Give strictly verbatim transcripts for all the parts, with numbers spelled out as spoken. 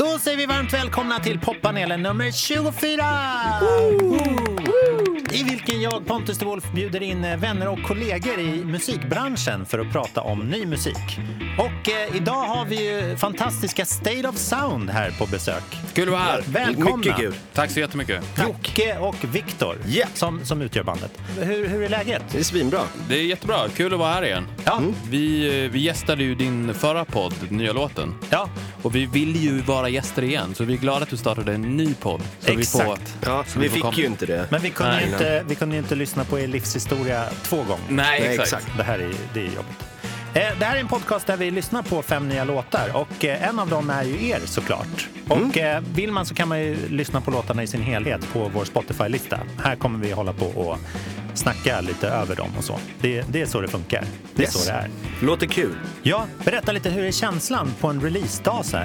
Då säger vi varmt välkomna till poppanelen nummer tjugofyra! I vilken jag, Pontus de Wolf, bjuder in vänner och kollegor i musikbranschen för att prata om ny musik. Och eh, idag har vi ju fantastiska State of Sound här på besök. Kul att vara här. Välkomna. Mycket kul. Tack så jättemycket. Jocke och Viktor yeah. som, som utgör bandet. Hur, hur är läget? Det är svinbra. Det är jättebra. Kul att vara här igen. Ja. Mm. Vi, vi gästade ju din förra podd, nya låten. Ja. Och vi vill ju vara gäster igen. Så vi är glada att du startade en ny podd. Så Exakt. Vi får, ja, så vi, vi får fick kom- ju inte det. Men vi kunde, Nej, ju inte, vi kunde ju inte lyssna på er livshistoria två gånger. Nej, Nej, exakt. exakt. Det här är, det är jobbigt. Eh, det här är en podcast där vi lyssnar på fem nya låtar. Och eh, en av dem är ju er såklart. Mm. Och eh, vill man så kan man ju lyssna på låtarna i sin helhet på vår Spotify-lista. Här kommer vi hålla på och snacka lite över dem och så. Det, det är så det funkar. Det är Yes. så det är. Låter kul. Ja, berätta lite hur är känslan på en releasedag så här?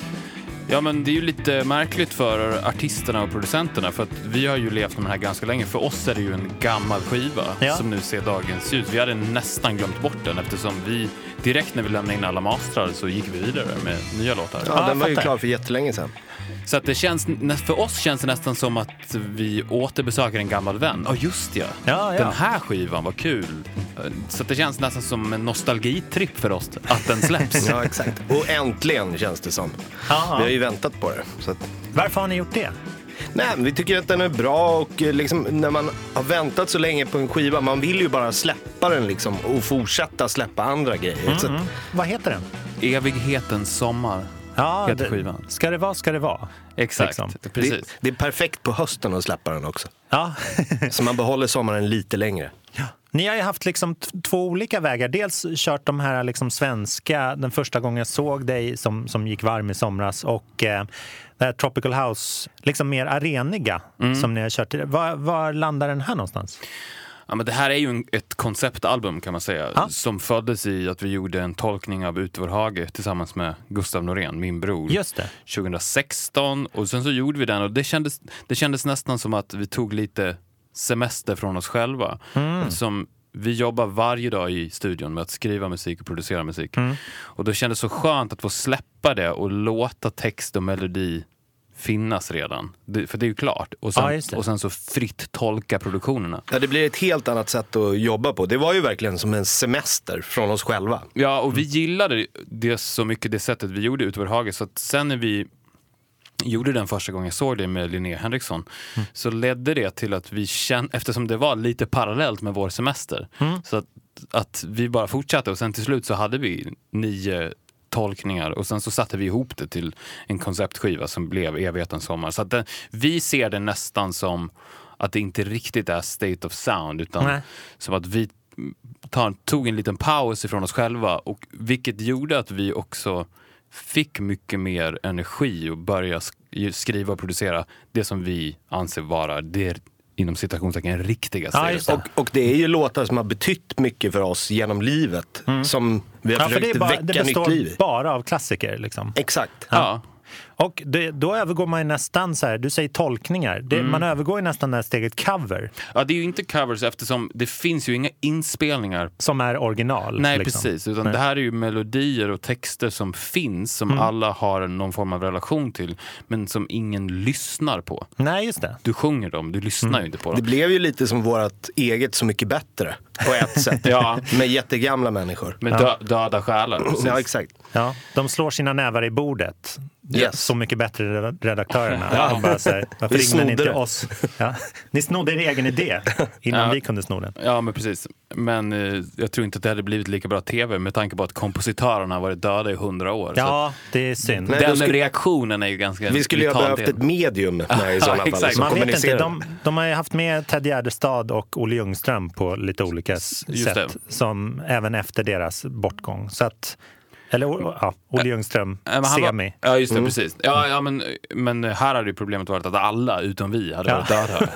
Ja, men det är ju lite märkligt för artisterna och producenterna, för att vi har ju levt med den här ganska länge. För oss är det ju en gammal skiva Ja. som nu ser dagens ljus. Vi hade nästan glömt bort den, eftersom vi direkt när vi lämnade in alla mastrar så gick vi vidare med nya låtar. Ja, Ja, den var ju fattar. klar för jättelänge sedan. Så att det känns, för oss känns det nästan som att vi återbesöker en gammal vän. Ja, just ja. Ja, ja. Den här skivan var kul. Så att det känns nästan som en nostalgitripp för oss att den släpps. Ja, exakt. Och äntligen känns det som. Ja. Vi har ju väntat på det. Så att... Varför har ni gjort det? Nej, men vi tycker att den är bra och eh, liksom, när man har väntat så länge på en skiva, man vill ju bara släppa den liksom, och fortsätta släppa andra grejer. Mm, Så att, mm. Vad heter den? Evighetens sommar. Ja, Heter det, skivan. Ska det vara, ska det vara. Exakt, Liksom. precis. det, det är perfekt på hösten att släppa den också. Ja. Så man behåller sommaren lite längre. Ja. Ni har ju haft liksom t- två olika vägar. Dels kört de här liksom svenska, den första gången jag såg dig som, som gick varm i somras, och eh, det här Tropical House, liksom mer areniga Mm. som ni har kört. Var, var landar den här någonstans? Ja, men det här är ju en, ett konceptalbum kan man säga, Ja. som föddes i att vi gjorde en tolkning av Ut vår hage tillsammans med Gustav Norén, min bror. Just det. tjugohundrasexton, och sen så gjorde vi den, och det kändes, det kändes nästan som att vi tog lite semester från oss själva. Mm. Eftersom vi jobbar varje dag i studion med att skriva musik och producera musik. Mm. Och då kändes det så skönt att få släppa det och låta text och melodi finnas redan. Det, för det är ju klart. Och sen, Ja, just det. och sen så fritt tolka produktionerna. Ja, det blir ett helt annat sätt att jobba på. Det var ju verkligen som en semester från oss själva. Ja, och vi gillade det så mycket, det sättet vi gjorde Ut vår hage, så att sen när vi gjorde den första gången jag såg det med Linnea Henriksson, mm. så ledde det till att vi kände, eftersom det var lite parallellt med vår semester, mm. så att, att vi bara fortsatte, och sen till slut så hade vi nio tolkningar, och sen så satte vi ihop det till en konceptskiva som blev Evighetens sommar. Så att det, vi ser det nästan som att det inte riktigt är State of Sound, utan Nej. som att vi tar, tog en liten paus ifrån oss själva, och vilket gjorde att vi också fick mycket mer energi och börja sk- skriva och producera det som vi anser vara det, inom citationstecken, riktiga Ja, just det. Och, och det är ju låtar som har betytt mycket för oss genom livet. Mm. Som vi har Ja, för försökt det, är bara, väcka det nytt liv består i. bara av klassiker liksom. Exakt. Ja. Och det, då övergår man ju nästan så här, du säger tolkningar, det, Mm. man övergår ju nästan det här steget cover, ja, det är ju inte covers, eftersom det finns ju inga inspelningar. som är original. Nej, liksom. precis. Utan Nej. det här är ju melodier och texter som finns, som Mm. alla har någon form av relation till, men som ingen lyssnar på. Nej, just det. Du sjunger dem, du lyssnar Mm. ju inte på Det dem. blev ju lite som vårt eget Så mycket bättre på ett sätt. Ja. Med jättegamla människor. Med dö- döda själar. Precis. Ja, exakt. Ja, de slår sina nävar i bordet. Yes. Så mycket bättre red- redaktörerna. Ja. De bara så här, varför Vi ringde ni snodde inte det. oss? Ja. Ni snodde er egen idé innan Ja. vi kunde sno den. Ja, men precis. Men eh, jag tror inte att det hade blivit lika bra tv med tanke på att kompositörerna har varit döda i hundra år. Så Ja, det är synd. Nej, den då skulle- reaktionen är ju ganska Vi skulle ju ha vital behövt del. ett medium med i Ja, sådana fall. exakt. som Man vet inte, kommunicerar. de, de har ju haft med Ted Gärdestad och Olle Ljungström på lite olika s- Just sätt, det. som även efter deras bortgång. Så att, eller ja, Olle Ljungström, Ja, men han var- semi. Ja, just det, precis. Ja, ja, men, men här hade ju problemet varit att alla utom vi hade Ja. varit döda.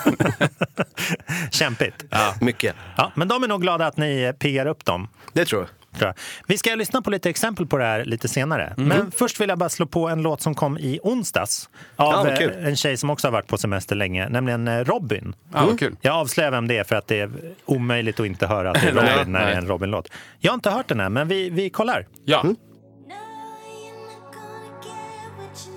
Kämpigt. Ja. Mycket. Ja, men de är nog glada att ni piggar upp dem. Det tror jag. Tror jag. Vi ska lyssna på lite exempel på det här lite senare. Men först vill jag bara slå på en låt som kom i onsdags av Ja, vad kul. eh, en tjej som också har varit på semester länge, nämligen eh, Robin. Ja, vad kul. Jag avslöjar vem det är för att det är omöjligt att inte höra att det är Nej, Robin när det är nej. en Robin-låt. Jag har inte hört den här, men vi, vi kollar. Ja. No, you're not gonna get what you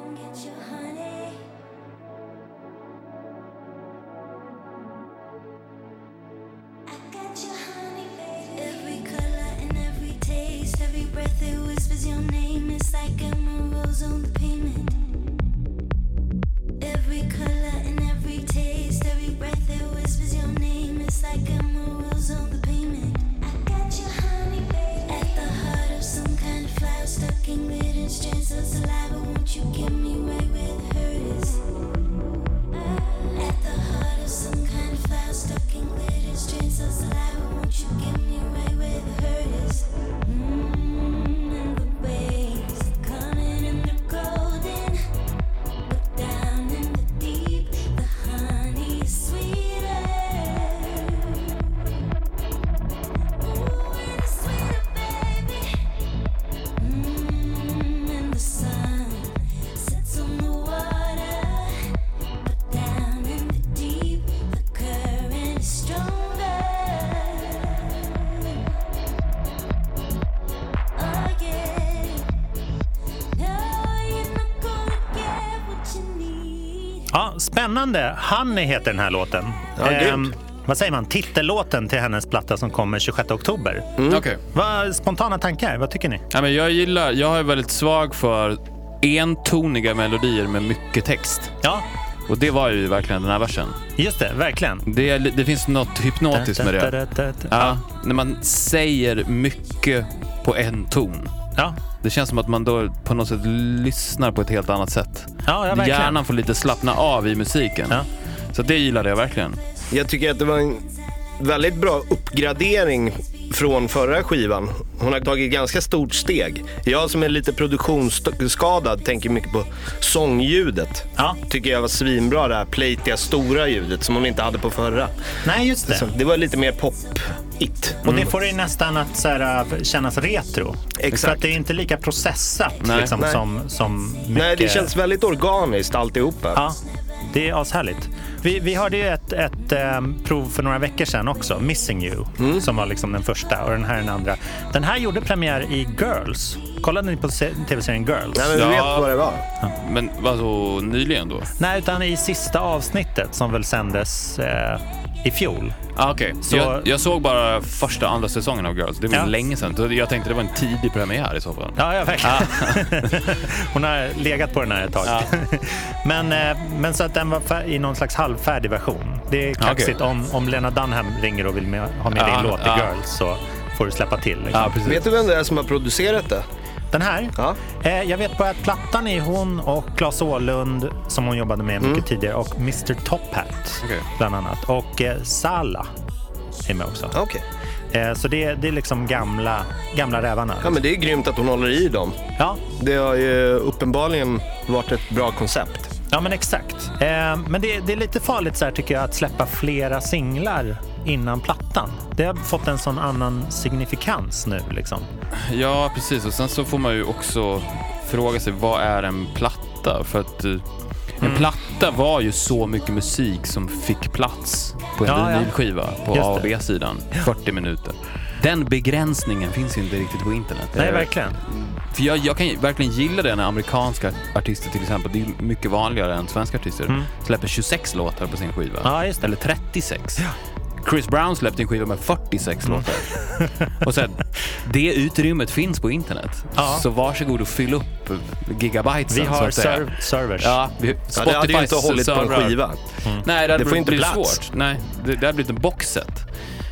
Ja, spännande. Honey heter den här låten. Ja, ehm, vad säger man? Titellåten till hennes platta som kommer tjugosjätte oktober. Mm. Okay. Vad spontana tankar? Vad tycker ni? Ja, men jag gillar, jag är väldigt svag för entoniga melodier med mycket text. Ja. Och det var ju verkligen den här versen. Just det, verkligen. Det, det finns något hypnotiskt med det. Ja, när man säger mycket på en ton. Ja. Det känns som att man då på något sätt lyssnar på ett helt annat sätt. Ja, ja, verkligen. Hjärnan får lite slappna av i musiken. Ja. Så det gillade jag verkligen. Jag tycker att det var en väldigt bra uppgradering från förra skivan. Hon har tagit ganska stort steg. Jag som är lite produktionsskadad tänker mycket på sångljudet. Ja. Tycker jag var svinbra, det här platiga stora ljudet som hon inte hade på förra. Nej, just det. Så det var lite mer pop-it. Och det får det nästan att så här, kännas retro. Exakt. För att det är inte lika processat Nej. liksom, Nej. som, som mycket... Nej, det känns väldigt organiskt alltihopa. Ja, det är ashärligt. Vi, vi hörde ju ett, ett um, prov för några veckor sedan också, Missing You, mm. som var liksom den första och den här är den andra. Den här gjorde premiär i Girls. Kollade ni på tv-serien Girls? Nej, men du ja. vet vad det var. Ja. Men vad så nyligen då? Nej, utan i sista avsnittet som väl sändes eh, i fjol. Ah, okej. Okay. Så... Jag, jag såg bara första andra säsongen av Girls. Det var ja. länge sedan. Jag tänkte det var en tidig premiär i så fall. Ja, ja verkligen. Ah. Hon har legat på den här ett tag. Ja. men, eh, men så att den var i någon slags halvfärdig version. Det är kaxigt. Okay. Om, om Lena Dunham ringer och vill med, ha med ah, din låt i ah. Girls så får du släppa till. Liksom. Ah, vet du vem det är som har producerat det? Den här? Ja. Eh, jag vet bara att plattan är hon och Claes Åhlund som hon jobbade med mycket mm. tidigare och mister Top Hat okay. bland annat. Och eh, Sala är med också. Okay. Eh, så det, det är liksom gamla, gamla rävarna. Ja, men det är grymt att hon håller i dem. Ja. Det har ju uppenbarligen varit ett bra koncept. Ja, men exakt. Eh, men det, det är lite farligt så här, tycker jag, att släppa flera singlar innan plattan. Det har fått en sån annan signifikans nu liksom. Ja, precis. Och sen så får man ju också fråga sig, vad är en platta? För att uh, en mm. platta var ju så mycket musik som fick plats på en ja, vinylskiva ja. på A och B-sidan. fyrtio minuter. Den begränsningen finns ju inte riktigt på internet. Nej, verkligen. För jag, jag kan verkligen gilla det när amerikanska artister till exempel, det är mycket vanligare än svenska artister, mm. släpper tjugosex låtar på sin skiva. Ja, just det. Eller trettiosex. Ja. Chris Brown släppte en skiva med fyrtiosex mm. låtar. Och sen, det utrymmet finns på internet. Ja. Så varsågod och fyll upp gigabytes. Vi har serv- servers. Ja, vi, ja, det hade ju inte hållit server. På en skiva. Mm. Nej, det, det får inte plats. Svårt. Nej, det, det hade blivit en boxset.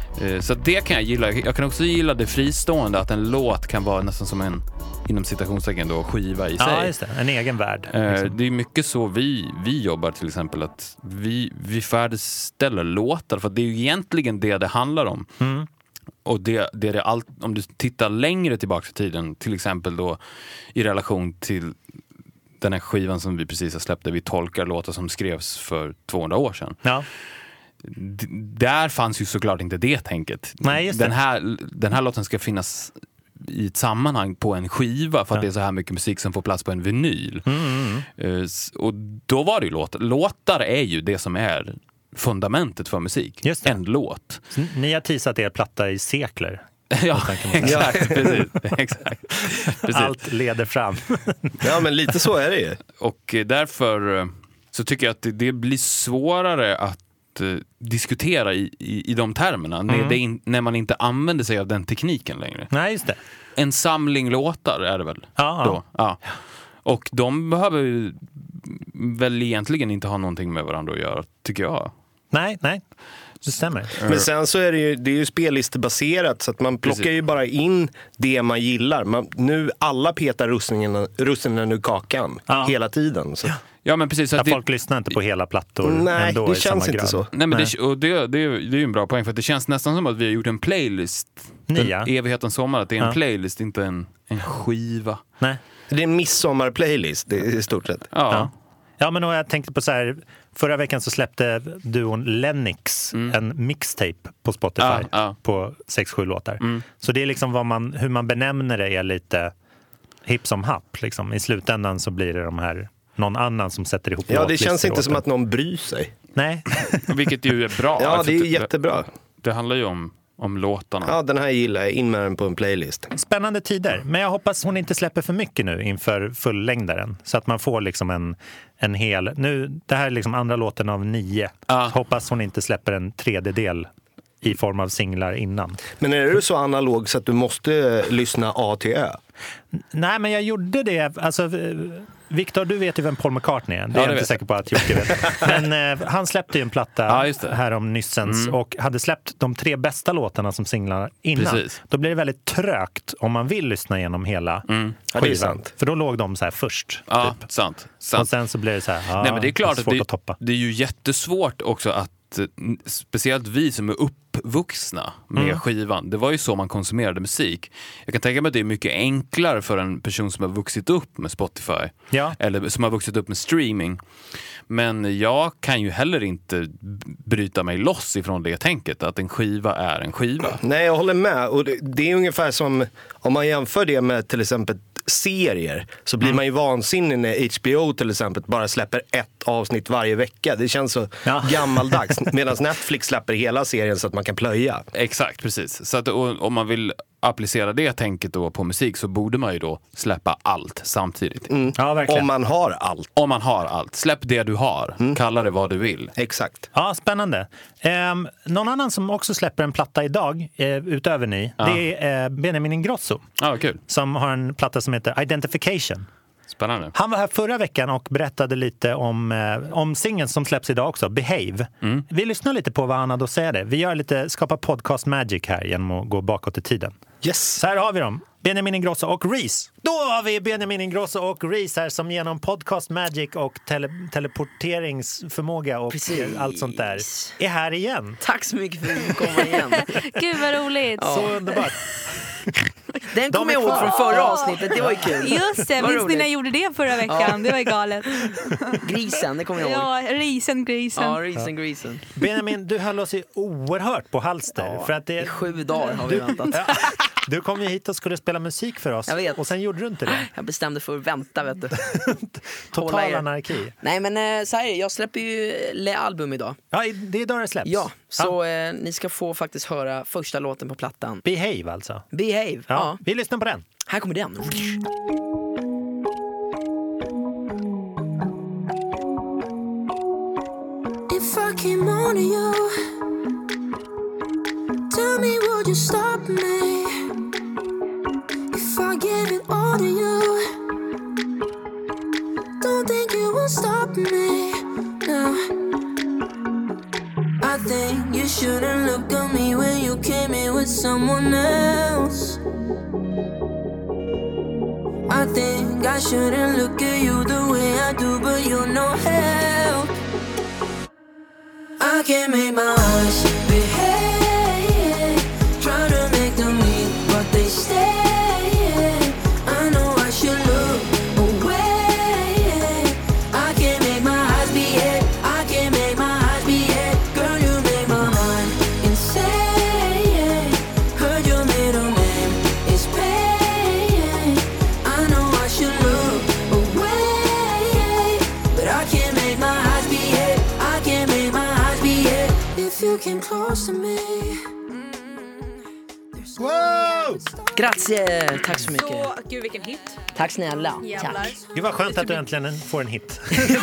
Så det kan jag gilla. Jag kan också gilla det fristående, att en låt kan vara nästan som en, inom citationstecken då, skiva i sig. Ja, just det. En egen värld. Liksom. Det är mycket så vi, vi jobbar till exempel, att vi, vi färdigställer låtar, för det är ju egentligen det det handlar om. Mm. Och det, det är det allt, om du tittar längre tillbaka i tiden, till exempel då i relation till den här skivan som vi precis har släppt, där vi tolkar låtar som skrevs för tvåhundra år sedan. Ja. D- där fanns ju såklart inte det tänket. Nej, just det. Den här, den här låten ska finnas i ett sammanhang på en skiva, för att ja. det är så här mycket musik som får plats på en vinyl. Mm, mm, mm. Och då var det ju låtar. Låtar är ju det som är fundamentet för musik. Just det. En låt. Så ni har teasat er platta i sekler, Ja, exakt. Precis, exakt. Precis. Allt leder fram. Ja, men lite så är det ju. Och därför så tycker jag att det, det blir svårare att uh, diskutera i, i, i de termerna mm. när, det in, när man inte använder sig av den tekniken längre. Nej, just det. En samling låtar är det väl? Ja, då? Ja. Och de behöver väl egentligen inte ha någonting med varandra att göra, tycker jag. Nej, nej. Det stämmer. Men sen så är det ju, det är ju spellistebaserat så att man plockar Precis. ju bara in det man gillar. Man, nu alla petar russinen, russinen ur kakan ja. hela tiden. Så. Ja, men precis. Så ja, att det, folk lyssnar inte på hela plattor. Nej, ändå det i känns samma inte grad. så. Nej, men Nej. Det, och det, det, är, det är ju en bra poäng för att det känns nästan som att vi har gjort en playlist. Nia. Evighetens sommar, att det är en ja. playlist, inte en, en skiva. Nej. Det är en midsommarplaylist, det är i stort sett. Ja. Ja. Ja, men jag tänkte på så här, förra veckan så släppte duon Lennox mm. en mixtape på Spotify ah, ah. på sex sju låtar. Mm. Så det är liksom vad man, hur man benämner det är lite hipp som happ. Liksom. I slutändan så blir det de här, någon annan som sätter ihop Ja, det känns inte åt som den. att någon bryr sig. Nej. Vilket ju är bra. Ja, det är ju jättebra. Det, det handlar ju om om låtarna. Ja, den här gillar jag. In med den på en playlist. Spännande tider. Men jag hoppas hon inte släpper för mycket nu inför fullängdaren. Så att man får liksom en, en hel... Nu, det här är liksom andra låten av nio. Ah. Hoppas hon inte släpper en tredjedel i form av singlar innan. Men är du så analog så att du måste lyssna A till Ö? Nej, men jag gjorde det. Alltså, Victor, du vet ju vem Paul McCartney är. Det är ja, jag det inte säker på att Jocke vet. Men eh, han släppte ju en platta ja, här om nyssens mm. och hade släppt de tre bästa låtarna som singlar innan. Precis. Då blir det väldigt trögt om man vill lyssna igenom hela mm. ja, det är sant. För då låg de så här först. Ja, typ. sant, sant. Och sen så blir det så här, ja, Nej, men det är klart det är svårt att det, att toppa. Det är ju jättesvårt också att speciellt vi som är uppvuxna med mm. skivan. Det var ju så man konsumerade musik. Jag kan tänka mig att det är mycket enklare för en person som har vuxit upp med Spotify. Ja. Eller som har vuxit upp med streaming. Men jag kan ju heller inte bryta mig loss ifrån det tänket att en skiva är en skiva. Nej, jag håller med. Och det, det är ungefär som om man jämför det med till exempel serier, så blir mm. man ju vansinnig när H B O till exempel bara släpper ett avsnitt varje vecka. Det känns så ja. gammaldags. Medan Netflix släpper hela serien så att man kan plöja. Exakt, precis. Så att om man vill applicera det tänket då på musik så borde man ju då släppa allt samtidigt. Mm. Ja, verkligen. Om man har allt. Om man har allt. Släpp det du har. Mm. Kalla det vad du vill. Exakt. Ja, spännande. Um, någon annan som också släpper en platta idag, uh, utöver ni, ja. det är uh, Benjamin Ingrosso. Ja, kul. Som har en platta som heter Identification. Spännande. Han var här förra veckan och berättade lite om, eh, om singeln som släpps idag också, Behave. Mm. Vi lyssnar lite på vad han hade att säga det. Vi gör lite, skapar podcast magic här genom att gå bakåt i tiden. Yes. Så här har vi dem. Benjamin Ingrosso och Reese. Då har vi Benjamin Ingrosso och Reese här som genom podcast magic och tele- teleporteringsförmåga och Precis. allt sånt där är här igen. Tack så mycket för att du kom igen. Gud vad roligt. Ja. Så underbart. Den kom jag ihåg från förra avsnittet, det var ju kul. Just det, minns ni när jag gjorde det förra veckan? Ja. Det var ju galet. Grisen, det kommer jag ihåg. Ja, risen, grisen. Ja, risen, grisen. Benjamin, du höll oss ju oerhört på halster. Ja, för att det, i sju dagar har vi du, väntat. Ja, du kom ju hit och skulle spela musik för oss. Jag vet. Och sen gjorde du inte det. Jag bestämde för att vänta, vet du. Total anarki. Nej, men så här, jag släpper ju album idag. Ja, det är idag det släpps. Ja, så ja. Eh, ni ska få faktiskt höra första låten på plattan. Behave alltså. Behave, ja. ja. Vi lyssnar på den. Här kommer den. If I came on to you, tell me would you stop me? If I gave it all to you, don't think you will stop me. No, I think you shouldn't look at me when you came in with someone else. I think I shouldn't look at you the way I do, but you're no help. I can't make my eyes behave, try to make them meet what they stay. I know I should look away. I can't make my eyes behave, I can't make my eyes behave. Girl, you make my mind insane. Heard your middle name is pain. I know I should look away, but I can't make my eyes behave, I can't make my eyes behave. If you came close to me, Wow! Grazie, tack så mycket. Så, gud vilken hit. Tack snälla. Jävlar. Tack. Gud vad skönt att du äntligen får en hit.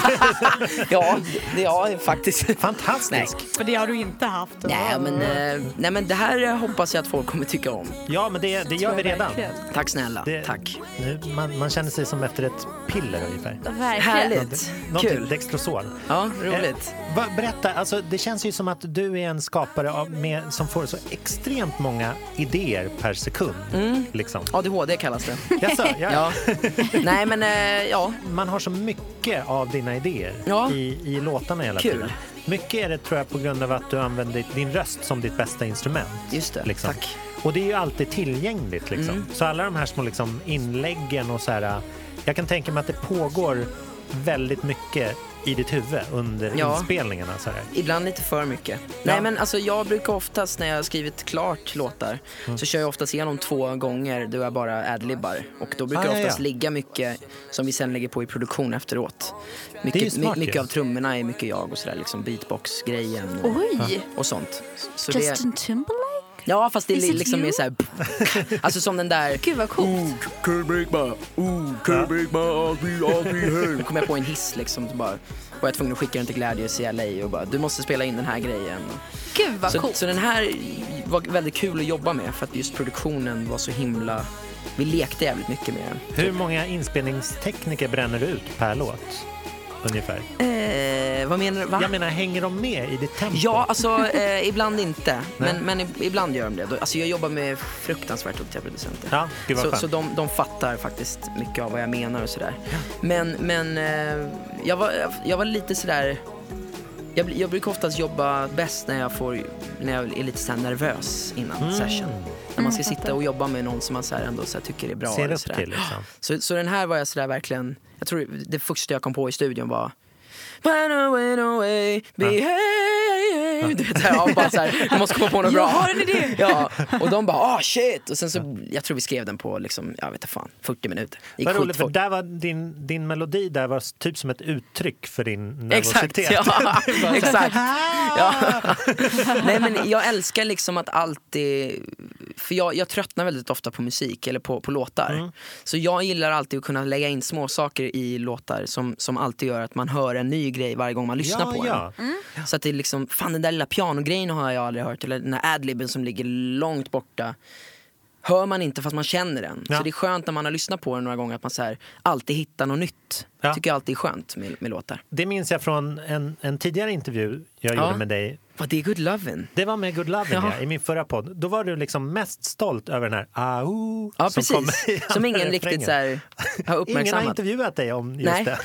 Ja, det ja, faktiskt. Fantastisk. För det har du inte haft. Nej men, eh, nej, men det här hoppas jag att folk kommer tycka om. Ja, men det, det gör vi redan. Tack snälla, Det, tack. Nu, man, man känner sig som efter ett piller ungefär. Verkligen. Härligt, Någonting, kul. Dextrosol. Ja, roligt. Eh, va, berätta, alltså, det känns ju som att du är en skapare av, med, som får så extremt många idéer per sekund. Mm. Liksom. A D H D kallas det. Jaså, ja. Ja. Nej men, eh, ja. Man har så mycket av dina idéer Ja. i, i låtarna hela Kul. tiden. Mycket är det tror jag på grund av att du använder din röst som ditt bästa instrument. Just det, liksom. tack. Och det är ju alltid tillgängligt liksom. Mm. Så alla de här små liksom, inläggen och så här. Jag kan tänka mig att det pågår väldigt mycket i ditt huvud under Ja. inspelningarna. Så här. Ibland lite för mycket. Nej men alltså jag brukar oftast när jag har skrivit klart låtar Mm. så kör jag oftast igenom två gånger då jag bara adlibbar. Och då brukar Ah, jag ja, oftast ja. ligga mycket som vi sen lägger på i produktion efteråt. Det är Mycket, ju smart, my- mycket ju. av trummorna är mycket jag och sådär liksom beatbox-grejen och, Oj. och sånt. Så Justin Timberlake? ja fast det Is är it liksom you? mer såhär alltså som den där Gud vad coolt. Can't break my, ooh, can't break my, I'll be, I'll be here. Då kom jag på en hiss liksom, så bara var jag tvungen att skicka den till Gladius i L A och bara, du måste spela in den här grejen. Gud vad Så, coolt. så den här var väldigt kul att jobba med för att just produktionen var så himla, vi lekte jävligt mycket med den. Hur många inspelningstekniker bränner du ut per låt? Ungefär. Eh, vad menar du? Va? Jag menar, hänger de med i ditt tempo? Ja, alltså eh, ibland inte. Nej. Men, men i- ibland gör de det. Då- Alltså jag jobbar med fruktansvärt duktiga producenter. Ja, gud vad Så, skönt. så de, de fattar faktiskt mycket av vad jag menar och sådär. Men, men eh, jag, var, jag var lite sådär... Jag, blir- jag brukar oftast jobba bäst när jag, får, när jag är lite så här nervös innan Mm. session. När man ska sitta och jobba med någon som man så här ändå så här tycker är bra. Ser eller upp sådär. till liksom. Så, så den här var jag sådär verkligen... Jag tror det första jag kom på i studion var When I went away, behave. Du vet, jag bara så här, jag måste komma på något bra. Jag har en idé. Ja, och de bara, ah shit. Och sen så, jag tror vi skrev den på liksom, jag vet inte fan, fyrtio minuter. Gick Vad roligt, för skitfort. där var din, din melodi där var typ som ett uttryck för din nervositet. Exakt, ja. Det var så här, Exakt. "Ah!" Ja. Nej men jag älskar liksom att alltid, för jag, jag tröttnar väldigt ofta på musik eller på, på låtar. Mm. Så jag gillar alltid att kunna lägga in små saker i låtar som, som alltid gör att man hör en ny grej varje gång man lyssnar Ja, på ja. den. Så att det är liksom, fan den där lilla pianogrejen har jag aldrig hört, eller den här adlibben som ligger långt borta hör man inte fast man känner den. Ja. Så det är skönt när man har lyssnat på den några gånger att man så här, alltid hittar något nytt. Ja. Tycker jag alltid är skönt med, med låtar. Det minns jag från en, en tidigare intervju jag Ja. gjorde med dig. Vad det är good lovin'. Det var med Good Lovin' Ja. ja, i min förra podd. Då var du liksom mest stolt över den här au Ja, som precis. kommer i Som ingen andra riktigt refrängen. så här, har Ingen har uppmärksammat. intervjuat dig om just Nej. det.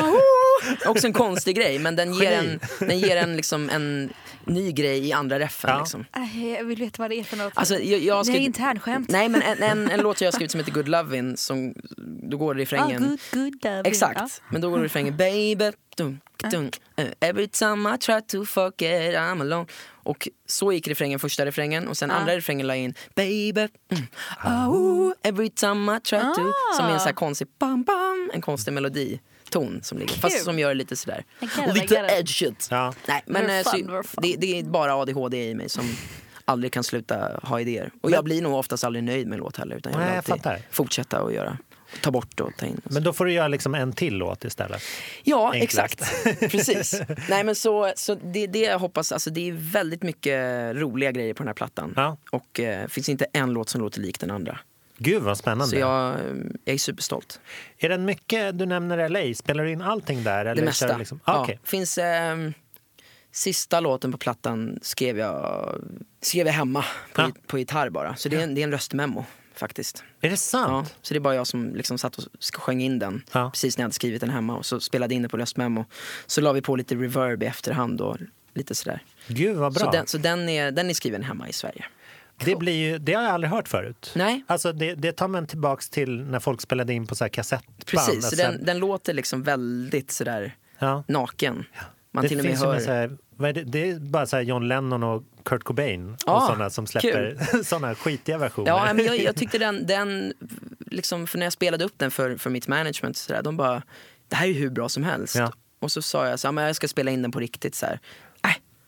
Också en konstig grej, men den ger Geni. en, den ger en, liksom en ny grej i andra reffen. Ja. Liksom. Äh, Jag vill veta vad det är för något. Alltså, jag, jag har det är skrivit- internskämt. Nej, men en, en, en låt jag har skrivit som heter Good Lovin', som, då går Ah, refrängen... good, good love. Exakt, Ja. men då går refrängen baby, dum, dum, uh, every time I try to forget I'm alone. Och så gick refrängen, första refrängen, och sen Ja. andra refrängen la in baby, mm, oh, every time I try to, Ah. som är en så här konstig bam bam, en konstig meloditon som ligger, fast Kul. som gör lite sådär I get it, I lite get it. edged. Ja. Nej, men We're eh, fun, så, we're fun. det, det är bara A D H D i mig som aldrig kan sluta ha idéer. Och jag blir nog oftast aldrig nöjd med en låt heller, utan jag vill Nej, jag alltid fattar. fortsätta och göra, ta bort och ta in. Men då får du göra liksom en till låt istället. Ja, Enklast. exakt. Precis. Nej, men så, så det, det jag hoppas, alltså det är väldigt mycket roliga grejer på den här plattan. Ja. Och eh, finns inte en låt som låter lik den andra. Gud vad spännande. Så jag, eh, jag är superstolt. Är det mycket, du nämner L A, spelar du in allting där? Eller Det kör mesta. du Liksom? Ah, Ja. okej. Finns eh, sista låten på plattan skrev jag, skrev jag hemma på, Ja. på gitarr bara. Så det är en, det är en röstmemo faktiskt. Är det Ja, sant? så det är bara jag som liksom satt och sk- sjöng in den Ja. precis när jag hade skrivit den hemma, och så spelade in den på röstmemo. Så la vi på lite reverb i efterhand och lite sådär. Gud vad bra. Så, den, så den, är, den är skriven hemma i Sverige. Det, blir ju, det har jag aldrig hört förut. Nej. Alltså det, det tar man tillbaks till när folk spelade in på så här kassettband. Precis, så Alltså, den, den låter liksom väldigt sådär ja. naken. Man Det till och med finns ju hör... med så här, vad är det? Det är bara så här John Lennon och Kurt Cobain Ja, och sådana som släpper sådana skitiga versioner. Ja, men jag, jag tyckte den, den liksom, för när jag spelade upp den för, för mitt management så där, de bara, det här är ju hur bra som helst. Ja. Och så sa jag så här, men jag ska spela in den på riktigt så här. Äh,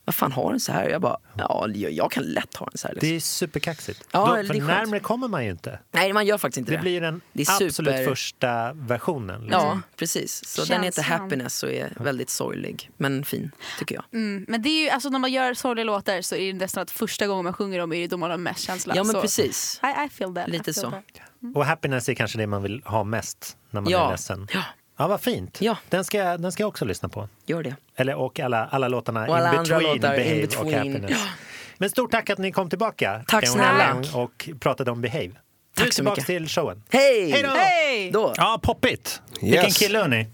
vad fan har den så här? Jag bara, ja, jag, jag kan lätt ha den så här. Liksom. Det är superkaxigt. Ja, Då, det är för skönt. närmare kommer man ju inte. Nej, man gör faktiskt inte Det det. blir den Det är absolut super- första versionen. Liksom. Ja, precis. Så den heter Känslan. Happiness och är väldigt sorglig, men fin, tycker jag. Mm, men det är ju, alltså när man gör sorgliga låtar så är det nästan att första gången man sjunger dem är det då man har mest känsla. Ja, men så precis. I, I feel that. Lite I feel så. that. Och happiness är kanske det man vill ha mest när man Ja. är ledsen. Ja, Ja, vad fint. Ja. Den, ska, jag- den ska jag också lyssna på. gör det. Eller, och alla, alla låtarna Och alla in andra between låtar in Behave between. och Happiness. Ja. Men stort tack att ni kom tillbaka. Tack Eon snälla. Och pratade om Behave. Tack Nu så tillbaka mycket. till showen. Hej! Hej då! Hej! Då. Ja, poppigt. Vilken Yes. kille, hörni.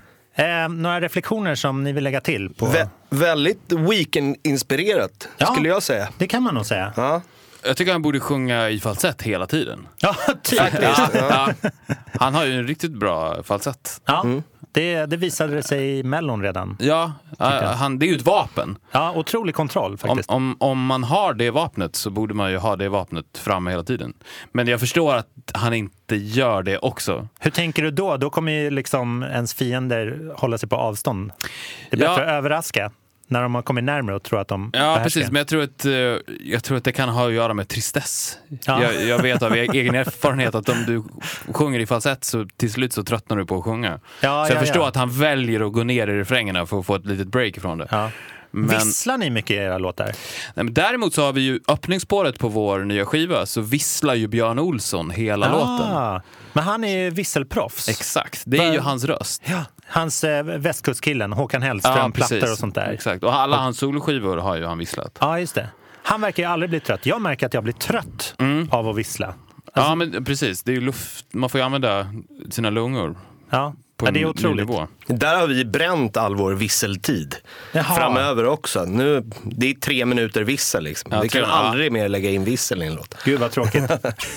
Eh, några reflektioner som ni vill lägga till på? Vä- väldigt Weekend-inspirerat, Ja. skulle jag säga. Det kan man nog säga. Ja. Jag tycker han borde sjunga i falsett hela tiden. Ja, typ. Ja, ja. Han har ju en riktigt bra falsett. Ja, det, det visade sig i Mellon redan. Ja, ja, han, det är ju ett vapen. Ja, otrolig kontroll Om, faktiskt. om, om man har det vapnet så borde man ju ha det vapnet framme hela tiden. Men jag förstår att han inte gör det också. Hur tänker du då? Då kommer ju liksom ens fiender hålla sig på avstånd. Det är Ja. bättre att överraska när de har kommit närmare och tror att de Ja, behärskar. precis. Men jag tror, att, eh, jag tror att det kan ha att göra med tristess. Ja. Jag, jag vet av egen erfarenhet att om du sjunger i falsett så till slut så tröttnar du på att sjunga. Ja, så jag ja, förstår ja. att han väljer att gå ner i refrängerna för att få ett litet break ifrån det. Ja. Men, Visslar ni mycket i era låtar? nej, men däremot så har vi ju öppningsspåret på vår nya skiva, så visslar ju Björn Olsson hela låten. Ah, men han är ju visselproffs. Exakt, det är Va- ju hans röst. Ja, hans eh, västkustkillen, Håkan Hellström, plattor och sånt där. Exakt, och alla hans soloskivor har ju han visslat. Ja, just det. Han verkar ju aldrig bli trött. Jag märker att jag blir trött Mm. av att vissla. Ja, men precis. Det är ju luft. Man får ju använda sina lungor Ja, på ja en det är ny otroligt. nivå. Där har vi bränt all vår visseltid. Jaha. Framöver också. Nu, det är tre minuter vissel liksom. Ja, vi kan tre- aldrig mer lägga in vissel i en låt. Gud vad tråkigt.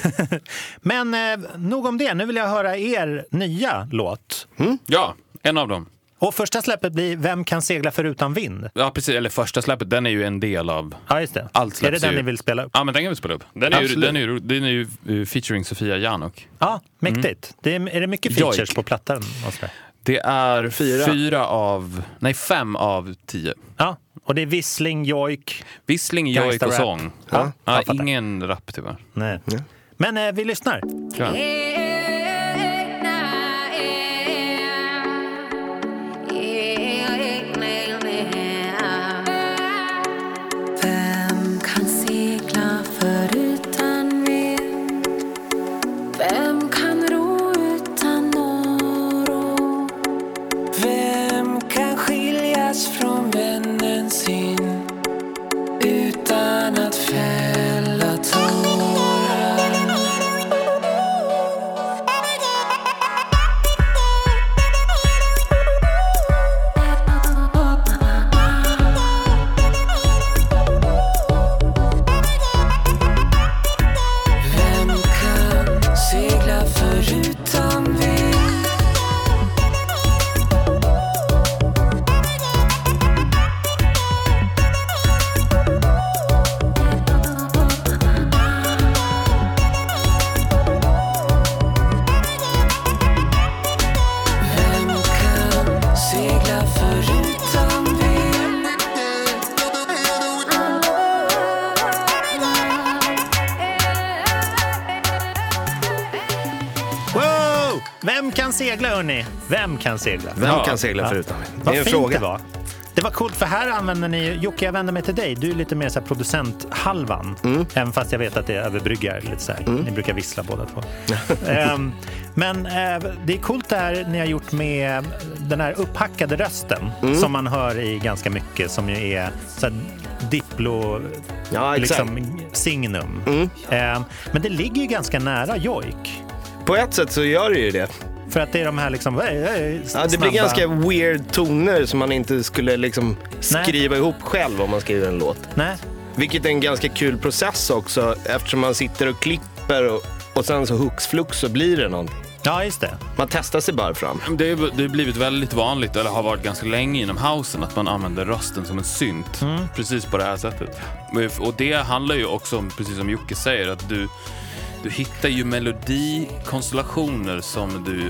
Men eh, nog om det. Nu vill jag höra er nya låt. Ja, en av dem. Och första släppet blir Vem kan segla förutan vind? Ja, precis. Eller första släppet, den är ju en del av... Ja, just det. Allt är släpps det den ju. ni vill spela upp? Ja, men den kan vi spela upp. Den är ju, Absolut. den är ju, den är ju uh, featuring Sofia Janok. Ja, mäktigt. Det är, är det mycket features Jojk. på plattan? Och sådär? Det är Fyra. fyra av... Nej, fem av tio. Ja, och det är vissling, jojk. Vissling, jojk och Gangsta-rap. sång. Ja, Ja, jag fattar. ingen rap tyvärr. Nej. Men eh, vi lyssnar. Ja. Vem kan segla förutan vind? Vem kan ro utan oro? Vem kan skiljas från vännen sin utan att fälla tårar? Vem kan segla förutan vind? Vem kan segla förutan vind? Wow! Vem kan segla, hörni? Vem kan segla? Vem Ja. kan segla Ja. förutan mig? Det Vad är en fint fråga. det var. Det var coolt, för här använder ni... Jocke, jag vänder mig till dig. Du är lite mer så här producenthalvan. Mm. Även fast jag vet att det överbryggar lite så här. Ni brukar vissla båda två. Ehm, men eh, det är coolt det här ni har gjort med den här upphackade rösten. Mm. Som man hör i ganska mycket. Som ju är så här diplo... Ja, exakt. Mm. Liksom signum. Ehm, men det ligger ju ganska nära jojk. På ett sätt så gör det ju det. För att det är de här liksom... eh, eh, Ja, det snabba- blir ganska weird toner som man inte skulle liksom skriva ihop själv om man skriver en låt. Nej. Vilket är en ganska kul process också, eftersom man sitter och klipper och, och sen så hux flux så blir det någonting. Ja, just det. Man testar sig bara fram. Det har det har blivit väldigt vanligt, eller har varit ganska länge inom housen, att man använder rösten som en synt. Precis på det här sättet. Och det handlar ju också om, precis som Jocke säger, att du, du hittar ju melodikonstellationer som du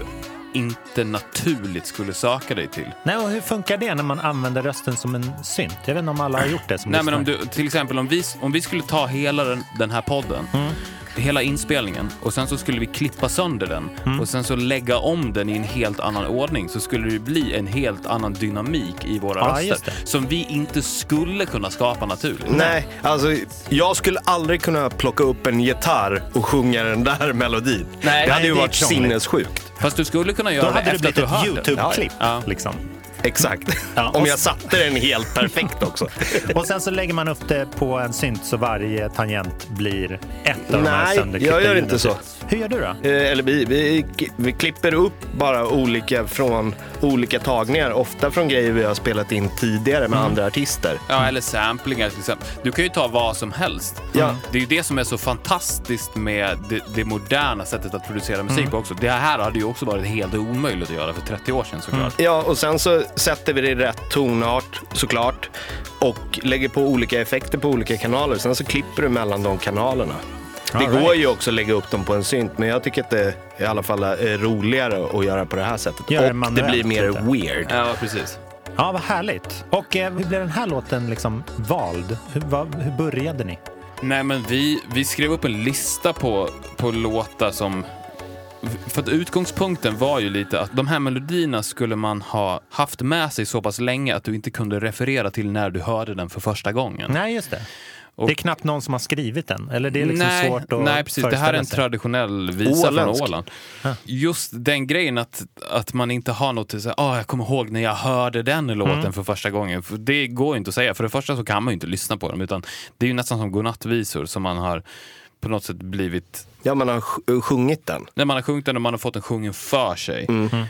inte naturligt skulle söka dig till. Nej, och hur funkar det när man använder rösten som en synt? Jag vet inte om alla har gjort det som Nej, men om lyssnar. du, till exempel om vi, om vi skulle ta hela den, den här podden, Mm. hela inspelningen, och sen så skulle vi klippa sönder den Mm. och sen så lägga om den i en helt annan ordning, så skulle det bli en helt annan dynamik i våra Ja, just röster det. som vi inte skulle kunna skapa naturligt. Nej, alltså jag skulle aldrig kunna plocka upp en gitarr och sjunga den där melodin. Nej, det hade nej, ju det är varit krångligt. sinnessjukt. Fast du skulle kunna Då göra det hade det efter att blivit du ett hört det. YouTube-klipp. Ja. Liksom. Exakt. Ja, Om och- jag satte den helt perfekt också. Och sen så lägger man upp det på en synt så varje tangent blir ett av de här Nej, sönderklippta jag gör ljuden. inte så. Hur gör du då? Eh, Eller vi, vi, vi klipper upp bara olika från olika tagningar. Ofta från grejer vi har spelat in tidigare med andra artister. Ja, eller samplingar till exempel. Du kan ju ta vad som helst. Ja. Det är ju det som är så fantastiskt med det, det moderna sättet att producera musik på också. Det här hade ju också varit helt omöjligt att göra för trettio år sedan såklart. Ja, och sen så sätter vi det i rätt tonart såklart. Och lägger på olika effekter på olika kanaler. Sen så klipper du mellan de kanalerna. Det All right. går ju också att lägga upp dem på en synt, men jag tycker att det i alla fall är roligare att göra på det här sättet. Gör det och det manuellt blir mer lite. weird. Ja, precis. Ja, vad härligt. Och eh, hur blev den här låten liksom vald? Hur, vad, hur började ni? Nej, men vi, vi skrev upp en lista på, på låtar som... För att utgångspunkten var ju lite att de här melodierna skulle man ha haft med sig så pass länge att du inte kunde referera till när du hörde den för första gången. Nej, just det. Och- Det är knappt någon som har skrivit den. Eller det är liksom nej, svårt att nej, precis. Det här är föreställa en sig. traditionell visa Åländsk. från Åland. Just den grejen att, att man inte har något att säga, ah, jag kommer ihåg när jag hörde den låten Mm. för första gången. För det går ju inte att säga. För det första så kan man ju inte lyssna på dem, utan det är ju nästan som godnattvisor som man har på något sätt blivit... Ja, man har sj- sjungit den. När man har sjungit den och man har fått den sjungen för sig.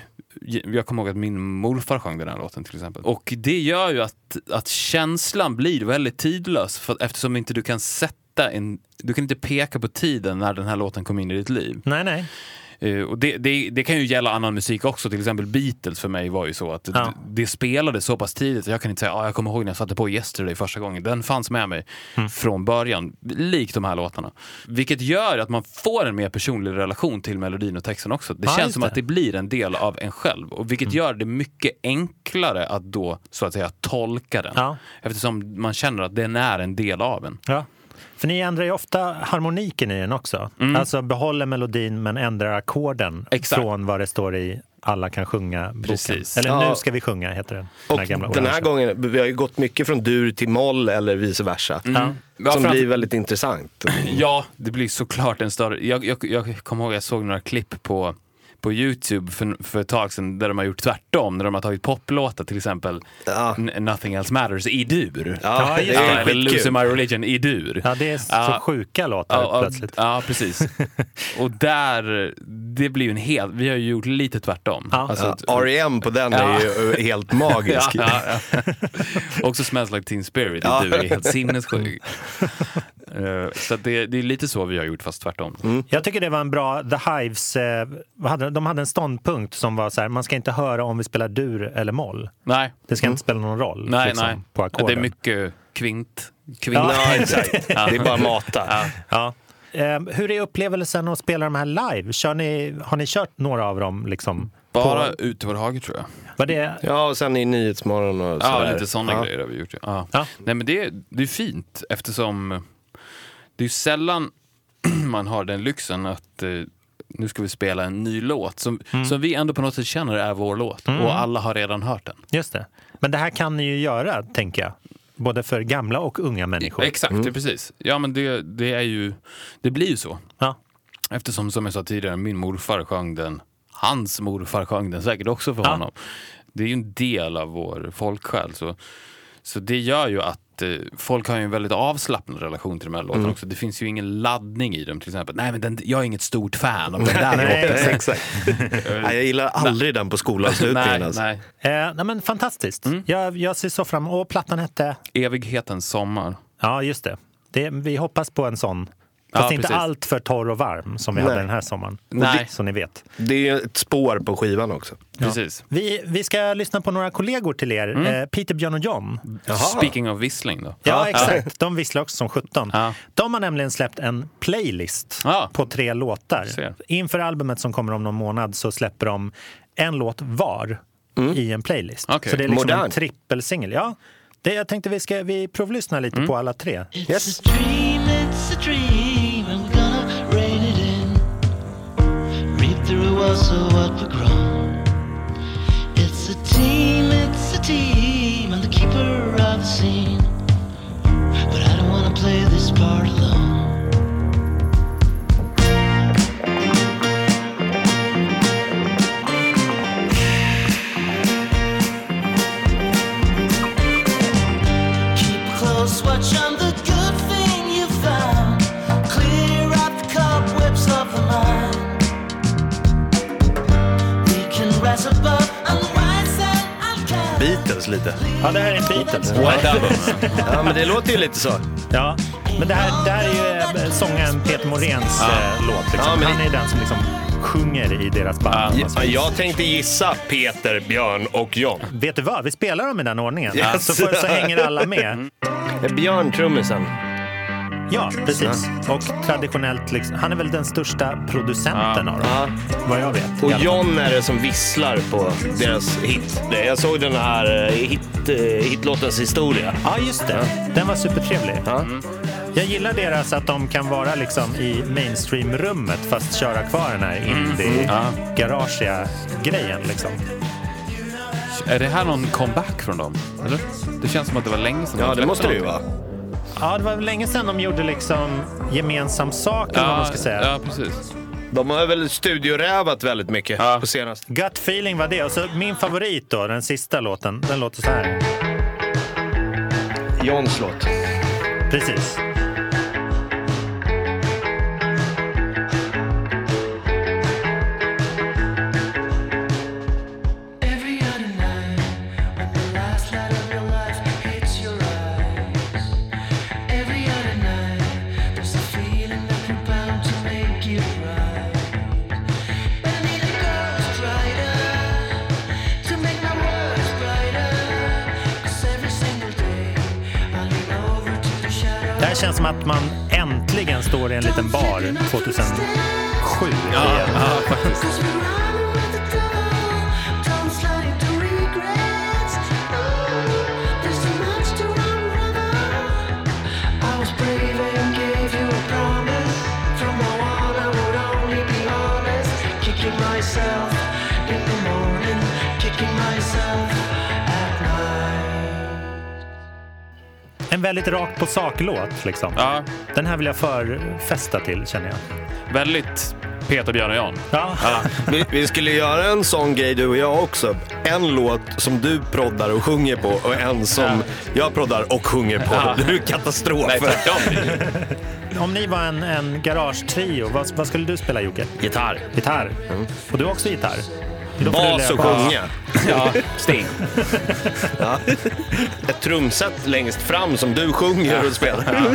Jag kommer ihåg att min morfar sjöng den här låten till exempel. Och det gör ju att, att känslan blir väldigt tidlös. För, eftersom inte du kan sätta en... Du kan inte peka på tiden när den här låten kom in i ditt liv. Nej, nej. Uh, och det, det, det kan ju gälla annan musik också. Till exempel Beatles för mig var ju så att Ja. det, det spelade så pass tidigt. Jag kan inte säga, ah, jag kommer ihåg när jag satte på Yesterday första gången. Den fanns med mig Mm. från början, likt de här låtarna. Vilket gör att man får en mer personlig relation till melodin och texten också. Det Ja, känns just som det. att det blir en del av en själv. Och vilket gör det mycket enklare att då, så att säga, tolka den. Ja. Eftersom man känner att den är en del av en. Ja. För ni ändrar ju ofta harmoniken i den också. Alltså behåller melodin men ändrar ackorden Exakt. från vad det står i Alla kan sjunga-boken. Precis. Eller Ja. Nu ska vi sjunga heter den. Och här gamla den här orangea. gången, vi har ju gått mycket från dur till moll eller vice versa. Ja. Ja, Som framför- blir väldigt intressant. Ja, det blir såklart en större... Jag, jag, jag kommer ihåg att jag såg några klipp på, på YouTube för, för ett tag sedan där de har gjort tvärtom. När de har tagit poplåtar till exempel Ja. N- Nothing Else Matters i dur. Ja, just det det. är eller skitkul. Losing My Religion i dur. Ja, det är så Ja. sjuka låtar Ja, ja, plötsligt. ja, precis. Och där, det blir ju en helt... Vi har ju gjort lite tvärtom. Ja. Alltså, Ja, R E M på den är ju helt magisk. Ja, ja, ja. Också Smells Like Teen Spirit Ja. i dur är helt sinnessjuk. Uh, så att det, det är lite så vi har gjort, fast tvärtom. Jag tycker det var en bra, The Hives, eh, vad hade, de hade en ståndpunkt som var så här, man ska inte höra om vi spelar dur eller moll. Nej, Det ska inte spela någon roll nej, liksom, nej. på Det ackorden. är mycket kvint. kvint. Ja, exakt. Det är bara mata. Ja. Ja. Eh, hur är upplevelsen att spela de här live? Kör ni, har ni kört några av dem? Liksom, Bara på, ut över Hage tror jag. var det, Ja, och sen i Nyhetsmorgon och Ja, sådär. lite sådana Ja. grejer har vi gjort. Ja. Ja. Ja. Nej, men det, det är fint eftersom det är sällan man har den lyxen att eh, nu ska vi spela en ny låt som, som vi ändå på något sätt känner är vår låt. Och alla har redan hört den. just det. Men det här kan ni ju göra, tänker jag. Både för gamla och unga människor. Exakt, det är precis. Ja, men det, det är ju, det blir ju så. Ja. Eftersom, som jag sa tidigare, min morfar sjöng den. Hans morfar sjöng den säkert också för Ja. honom. Det är ju en del av vår folksjäl. Så, så det gör ju att eh, folk har ju en väldigt avslappnad relation till de här låtarna Mm. också. Det finns ju ingen laddning i dem till exempel. Nej, men den, jag är inget stort fan av den där Nej, låten. Nej, exakt. Nej, jag gillar aldrig den på skolavslutningen. Nej, Alltså. nej. Eh, nej men fantastiskt. Jag, jag ser så fram emot. Och plattan hette? Evighetens sommar. Ja, just det. det. Vi hoppas på en sån. Ja, Fast inte precis. allt för torr och varm som vi Nej. hade den här sommaren. Nej. Så ni vet. Det är ju ett spår på skivan också. Precis. Vi, vi ska lyssna på några kollegor till er. Eh, Peter, Björn och John. Speaking of vissling då. Ja, exakt. De visslar också som sjutton. Ja. De har nämligen släppt en playlist Ja. på tre låtar. Ser. Inför albumet som kommer om någon månad så släpper de en låt var mm. i en playlist. Okay. Så det är liksom Modern. en trippelsingel. Ja, det, jag tänkte vi ska vi provlyssna lite mm. på alla tre. Yes. It's a dream, it's a dream, and we're gonna rain it in. Read through us of what we've grown. It's a team, it's a team, and the keeper of the scene. But I don't wanna play this part alone. Watch on the good thing you found. Clear out the cobwebs of the mind. We can rise above and rise and count. Beatles lite. Ja, det här är Beatles. White Album. Ja, men det låter ju lite så. Ja, men det här, det här är ju sångaren Peter Moréns Ja. eh, låt. Liksom. Ja, men Han är den som liksom sjunger i deras band. Ja, jag tänkte gissa Peter, Björn och John. Vet du vad? Vi spelar dem i den ordningen. Yes. Så, får, så hänger alla med. Björn trummisen. Ja, precis. Och traditionellt, liksom, han är väl den största producenten Ja. av dem, Ja. vad jag vet. Och I alla fall. John är det som visslar på deras hit. Jag såg den här eh, hit, eh, hitlåtens historia. Ja, just det. Den var supertrevlig. Ja. Jag gillar deras att de kan vara liksom i mainstream-rummet fast köra kvar den här indie-garagiga grejen. Liksom. Är det här någon comeback från dem? Eller? Det känns som att det var länge sedan. Ja, de det släppte måste det ju någonting. vara. Ja, det var länge sedan de gjorde liksom gemensam sak, eller vad man ska säga. Ja, precis. De har väl studiorävat väldigt mycket Ja. på senaste. Gut Feeling var det. Och så min favorit då, den sista låten, den låter så här. Johns låt. Precis. Every other night, when the last light of your life hits your eyes. Every other night, there's a feeling that you're bound to make it right. But I need a ghost rider to make my words brighter. 'Cause every single day I lean over to the shadow. Det här känns som att man äntligen står i en liten bar tjugohundrasju Ja, igen. ja, faktiskt. Cause we're running with the devil, don't slide into regrets. Ooh, there's so much to run, brother. I was brave and gave you a promise. From now on I would only be honest. Kicking myself in the morning, kicking myself at night. En väldigt rakt på sak-låt liksom. Ja, Den här vill jag förfästa till, känner jag. väldigt Peter, Björn och Jan. Ja, Vi, vi skulle göra en sån grej du och jag också. En låt som du proddar och sjunger på och en som jag proddar och sjunger på. Ja. Det är ju katastrof. Nej, tvärtom. om ni var en, en garage-trio, vad, vad skulle du spela, Jocke? Gitarr. Gitarr. Och du har också gitarr? Då får du Bas och löpa. sjunga. Ja, Sting. Ja. Ett trumset längst fram som du sjunger och spelar.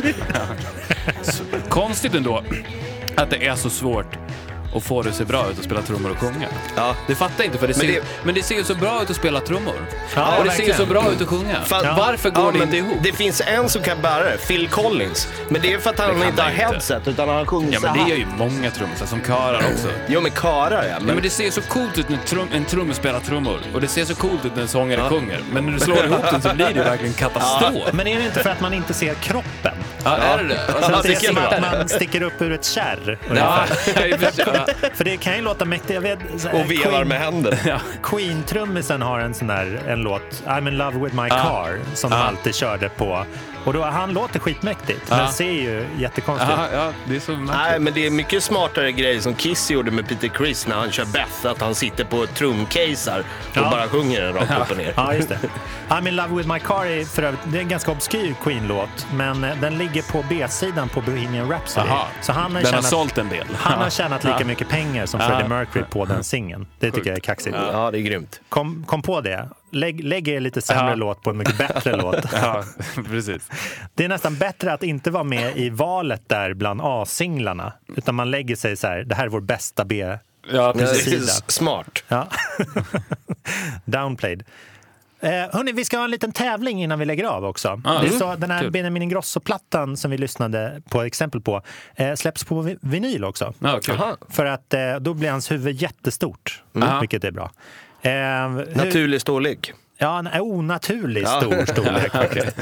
Konstigt ändå att det är så svårt att få det att se bra ut att spela trummor och sjunga. Ja. Det fattar jag inte, för det Men ser, det- men det ser ju så bra ut att spela trummor. Ja, och det ser ju verkligen. så bra ut att sjunga. Fan, Ja. Varför går Ja, det men inte ihop? Det finns en som kan bära det, Phil Collins. Men det är för att han kan inte har han inte. headset utan han sjunger Ja, så men det här. gör ju många trummisar som körar också. Jo, men körar ja. Ja, Men, men det ser så coolt ut när trum, en trummis spelar trummor. Och det ser så coolt ut när en sångare sjunger. Men när du slår ihop den så blir det ju verkligen katastrof. Men är det inte för att man inte ser kroppen? Ja, är det det? Och sen Att det är sticker som det att bara. man sticker upp ur ett kärr. Ja, ungefär. i och för sig, ja. För det kan ju låta mäktigt. Jag vet, så här, och vevar med händerna. Ja. Queen-trummisen har en sån där en låt, I'm in love with my car, som de Ja. alltid körde på. Och då, han låter skitmäktigt, Ja. men ser ju jättekonstigt ut. Ja, ja, det är så märkligt. Nej, men det är mycket smartare grejer som Kiss gjorde med Peter Criss när han kör Beth, att han sitter på trumcasear och Ja. bara sjunger den rakt upp och ner. Ja, just det. I'm in love with my car är för övrigt, det är en ganska obskyr Queen-låt, men eh, den ligger på B-sidan på Bohemian Rhapsody. Aha. Så han har, Den har tjänat, sålt en del. han har tjänat lika Ja. mycket pengar som Ja. Freddie Mercury på den singeln. Det tycker jag är kaxigt. Ja, det är grymt. Kom, kom på det. Lägg, lägg er lite sämre Ja. låt på en mycket bättre låt. Ja, precis. Det är nästan bättre att inte vara med i valet där bland A-singlarna. Utan man lägger sig så här, det här är vår bästa B. Ja, Ja, precis. det är Sida. smart. Ja. Downplayed. Eh, hörni, vi ska ha en liten tävling innan vi lägger av också. Ah, det är mm. så, den här Kul. Benjamin Ingrosso-plattan som vi lyssnade på exempel på eh, släpps på vi- vinyl också. Ja, kul. Aha. För att eh, då blir hans huvud jättestort, Mm. vilket är bra. Eh, hur, Naturlig storlek. ja, en onaturlig Ja. stor storlek.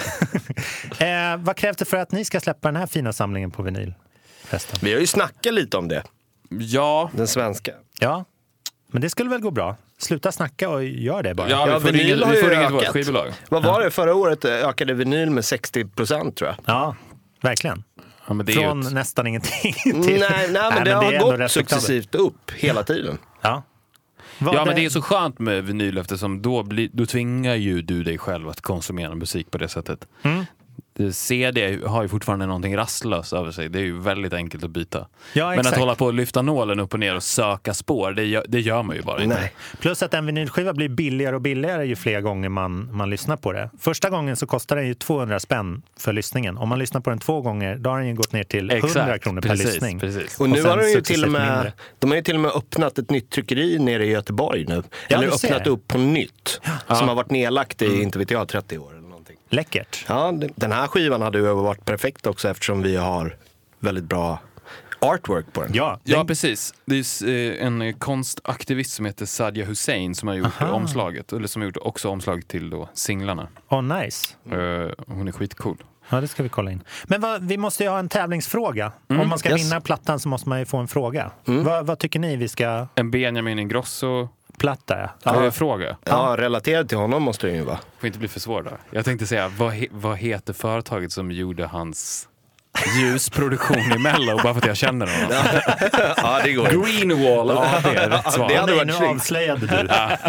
eh, vad krävs det för att ni ska släppa den här fina samlingen på vinyl? Förresten? Vi har ju snackat lite om det, Ja, den svenska. Ja, men det skulle väl gå bra. Sluta snacka och gör det bara. ja, Ja, vi får vinyl ringa, har vi ju får ringa till vårt ökat. skivbolag. Vad var det? Förra året ökade vinyl med sextio procent tror jag. Ja, verkligen. Ja, men det är Från ju ett, nästan ingenting till... Nej, nej, men det är har ändå gått respektabelt. successivt upp hela tiden. Ja. Vad ja, men det är så skönt med vinyl eftersom då, blir, då tvingar ju du dig själv att konsumera musik på det sättet. Mm. Det C D har ju fortfarande någonting rastlöst över sig. Det är ju väldigt enkelt att byta. Ja, Men exakt. att hålla på och lyfta nålen upp och ner och söka spår, det gör, det gör man ju bara inte. Nej. Plus att en vinylskiva blir billigare och billigare ju fler gånger man, man lyssnar på det. Första gången så kostar den ju tvåhundra spänn för lyssningen. Om man lyssnar på den två gånger, då har den ju gått ner till hundra kronor per precis, lyssning. Precis. Och nu sen har de ju successivt till och med, mindre. de har ju till och med öppnat ett nytt tryckeri nere i Göteborg nu. Ja, Eller du ser. öppnat upp på nytt. Som har varit nedlagt i, inte vet jag, trettio år eller någonting. Läckert. Ja, den- den här skivan hade ju varit perfekt också eftersom vi har väldigt bra artwork på den. Ja, Ja, den, precis. Det är eh, en konstaktivist som heter Sadia Hussein som har gjort Aha. omslaget. Eller som har gjort också omslag till då singlarna. oh, nice. Eh, hon är skitcool. Ja, det ska vi kolla in. Men vad, vi måste ju ha en tävlingsfråga. Om man ska yes. vinna plattan så måste man ju få en fråga. Vad, vad tycker ni vi ska En Benjamin Ingrosso platta? ja. Ja. fråga. Ja, relaterat till honom måste den ju vara. Får inte bli för svår där. Jag tänkte säga, vad, he, vad heter företaget som gjorde hans ljusproduktion i Mello? Bara för att jag känner honom. Ja, det går. Greenwall, ja det är rätt svar. Det hade Nej, varit nu snyggt. avslöjade du.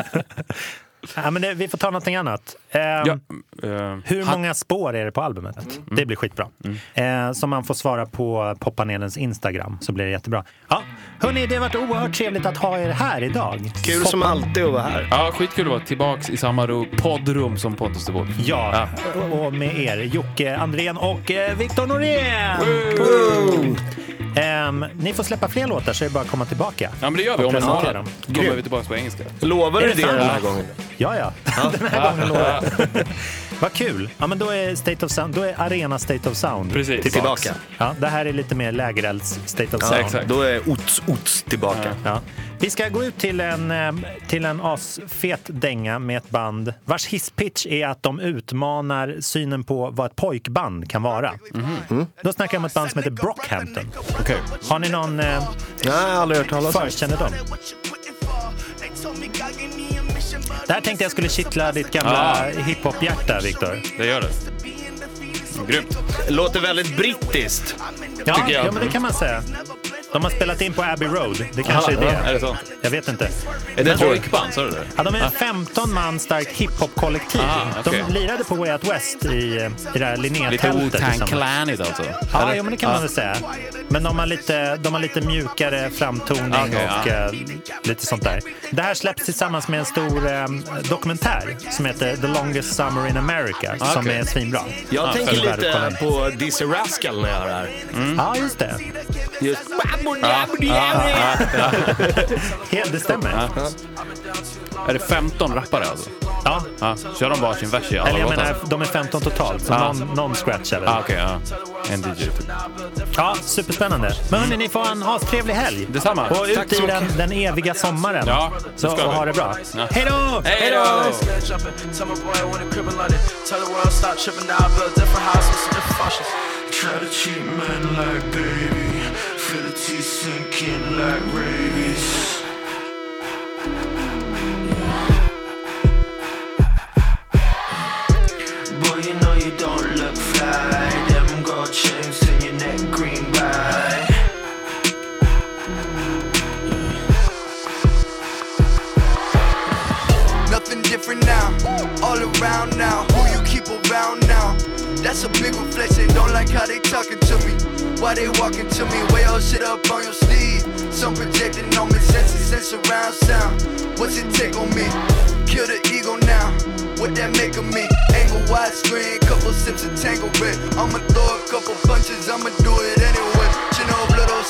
Ja, men det, vi får ta någonting annat. Ehm, Ja, eh, Hur han- många spår är det på albumet? Det blir skitbra. Eh, som man får svara på poppanelens Instagram så blir det jättebra. Ja, hörni, det har varit oerhört trevligt att ha er här idag. Kul som alltid att vara här. Ja, skitkul att vara tillbaks i samma ro, poddrum som Pontus de Wolf. Ja, och- och med er, Jocke Andrén och eh, Viktor Norén. Ehm, ni får släppa fler låtar så är det bara att komma tillbaka. Ja, men det gör vi om en presentera månad. dem. Kommer vi tillbaka på engelska. Lovar Är du det det sant? den här gången? Ja, ja. Den här gången lovar jag. Vad kul. Ja, men då är State of Sound, då är Arena State of Sound Precis. Tillbaka. Ja, det här är lite mer lägerelds State of Ja, Sound. exakt. Då är Ots Ots tillbaka. Ja. Vi ska gå ut till en, eh, till en asfet dänga med ett band vars hisspitch är att de utmanar synen på vad ett pojkband kan vara. Mm. Då snackar jag om ett band som heter Brockhampton. Okej. Har ni någon eh, Nej, jag har aldrig hört talas om. förkännedom? Det här tänkte jag skulle kittla ditt gamla hiphop-hjärta, Viktor. Det gör det. Grymt. Låter väldigt brittiskt. Ja, Tycker jag. ja, men det kan man säga. De har spelat in på Abbey Road. Det kanske är det. Är det så? Jag vet inte. Är det Pojkband, sa du det? Ja, de är en femton man starkt hiphop-kollektiv. Ah, okej. De lirade på Way Out West i, i det här Lite Linnea-tältet. Wu-Tang tillsammans. Clanigt alltså? Ja, Eller? jo, men det kan man väl säga. Men de har lite, de har lite mjukare framtoning Okej, och ja. eh, lite sånt där. Det här släpps tillsammans med en stor eh, dokumentär som heter The Longest Summer in America, Ah, som okej. är svinbra. Jag Ja, tänker är det värd att kolla lite in. på Dizzy Rascal när jag hör det här. Ja, just det. Just... Helt, det stämmer. Är det femton rappare alltså? Ja. Ja. Kör de bara sin vers i alla Eller jag låtar? menar, de är femton totalt, så Ah. någon, någon scratchar väl. Ah, okej, ja. En D J typ. Ja, superspännande. Men hörni, ni får ha en astrevlig helg. Detsamma. Och ut Tack i så den, mycket. den eviga sommaren. Ja, det så, ska och vi. ha det bra. Ja. Hej då! Hej då! Tell my boy I want a crib in London. Tell the world stop tripping now. I built different houses with different functions. Try to treat men like baby. Feel the teeth sinking like rabies. Boy, you know you don't look fly. Them gold chains in your neck, green by. Nothing different now, all around now. Who you keep around now? That's a big reflection. Don't like how they talking to me. Why they walking to me? Way your shit up on your sleeve. Some projecting on me, senses and surround sound. What's it take on me? Kill the ego now. What that make of me? Angle wide screen, couple sips of tangle red. I'ma throw a couple punches, I'ma do it anyway. Chino, little, so no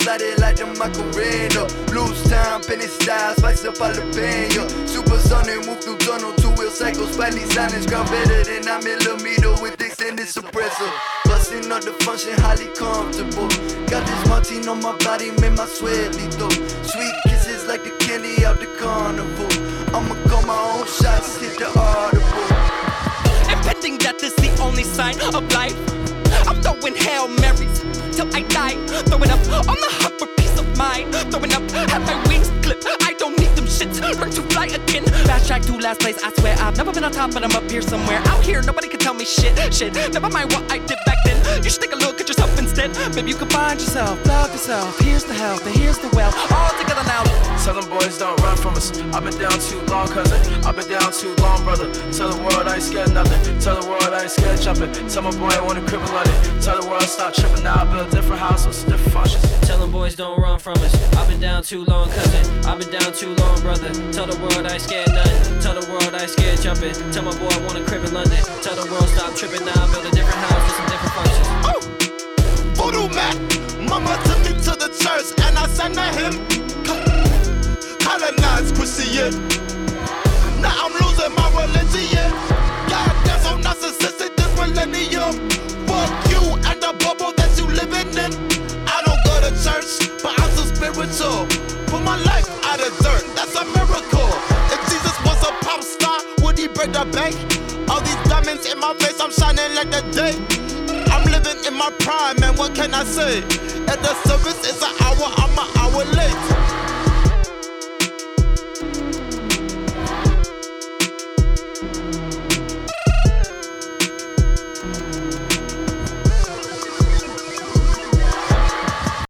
excited like the Macarena. Blues time, penny style, spice up jalapeno. Supersonic, move through tunnel, two wheel cycles, slightly silence, ground better than nine millimeter with extended suppressor. Busting up the function, highly comfortable. Got this Martine on my body, made my sweat lethal. Sweet kisses like the candy out the carnival. I'ma call my own shots, hit the audible. Impending death is the only sign of life. I'm throwing Hail Marys till I die. Throwing up on the hop for peace of mind. Throwing up, have my wings clipped. I don't need them shits, learn to fly again. Fast track to last place, I swear I've never been on top, but I'm up here somewhere. Out here, nobody can tell me shit, shit. Never mind what I did back then. You should take a look at yourself instead. Maybe you can find yourself, love yourself. Here's the health and here's the wealth. All together now. Tell them boys don't run from us. I've been down too long, cousin. I've been down too long, brother. Tell the world I ain't scared nothing. Tell the world I ain't scared jumping. Tell my boy I want a crib in London. Tell the world stop tripping now. I build different houses, different functions. Tell them boys don't run from us. I've been down too long, cousin. I've been down too long, brother. Tell the world I ain't scared nothing. Tell the world I ain't scared jumping. Tell my boy I want a crib in London. Tell the world stop tripping now. I build a different house with some different functions. Oh, voodoo man, mama took me to the church and I sang to him. Colonized Christian. Now I'm losing my religion. God, that's so narcissistic this millennium. Fuck you and the bubble that you living in. I don't go to church, but I'm so spiritual. Put my life out of dirt, that's a miracle. If Jesus was a pop star, would he break the bank? All these diamonds in my face, I'm shining like the day. I'm living in my prime, man, what can I say? If the service is an hour, I'm an hour late.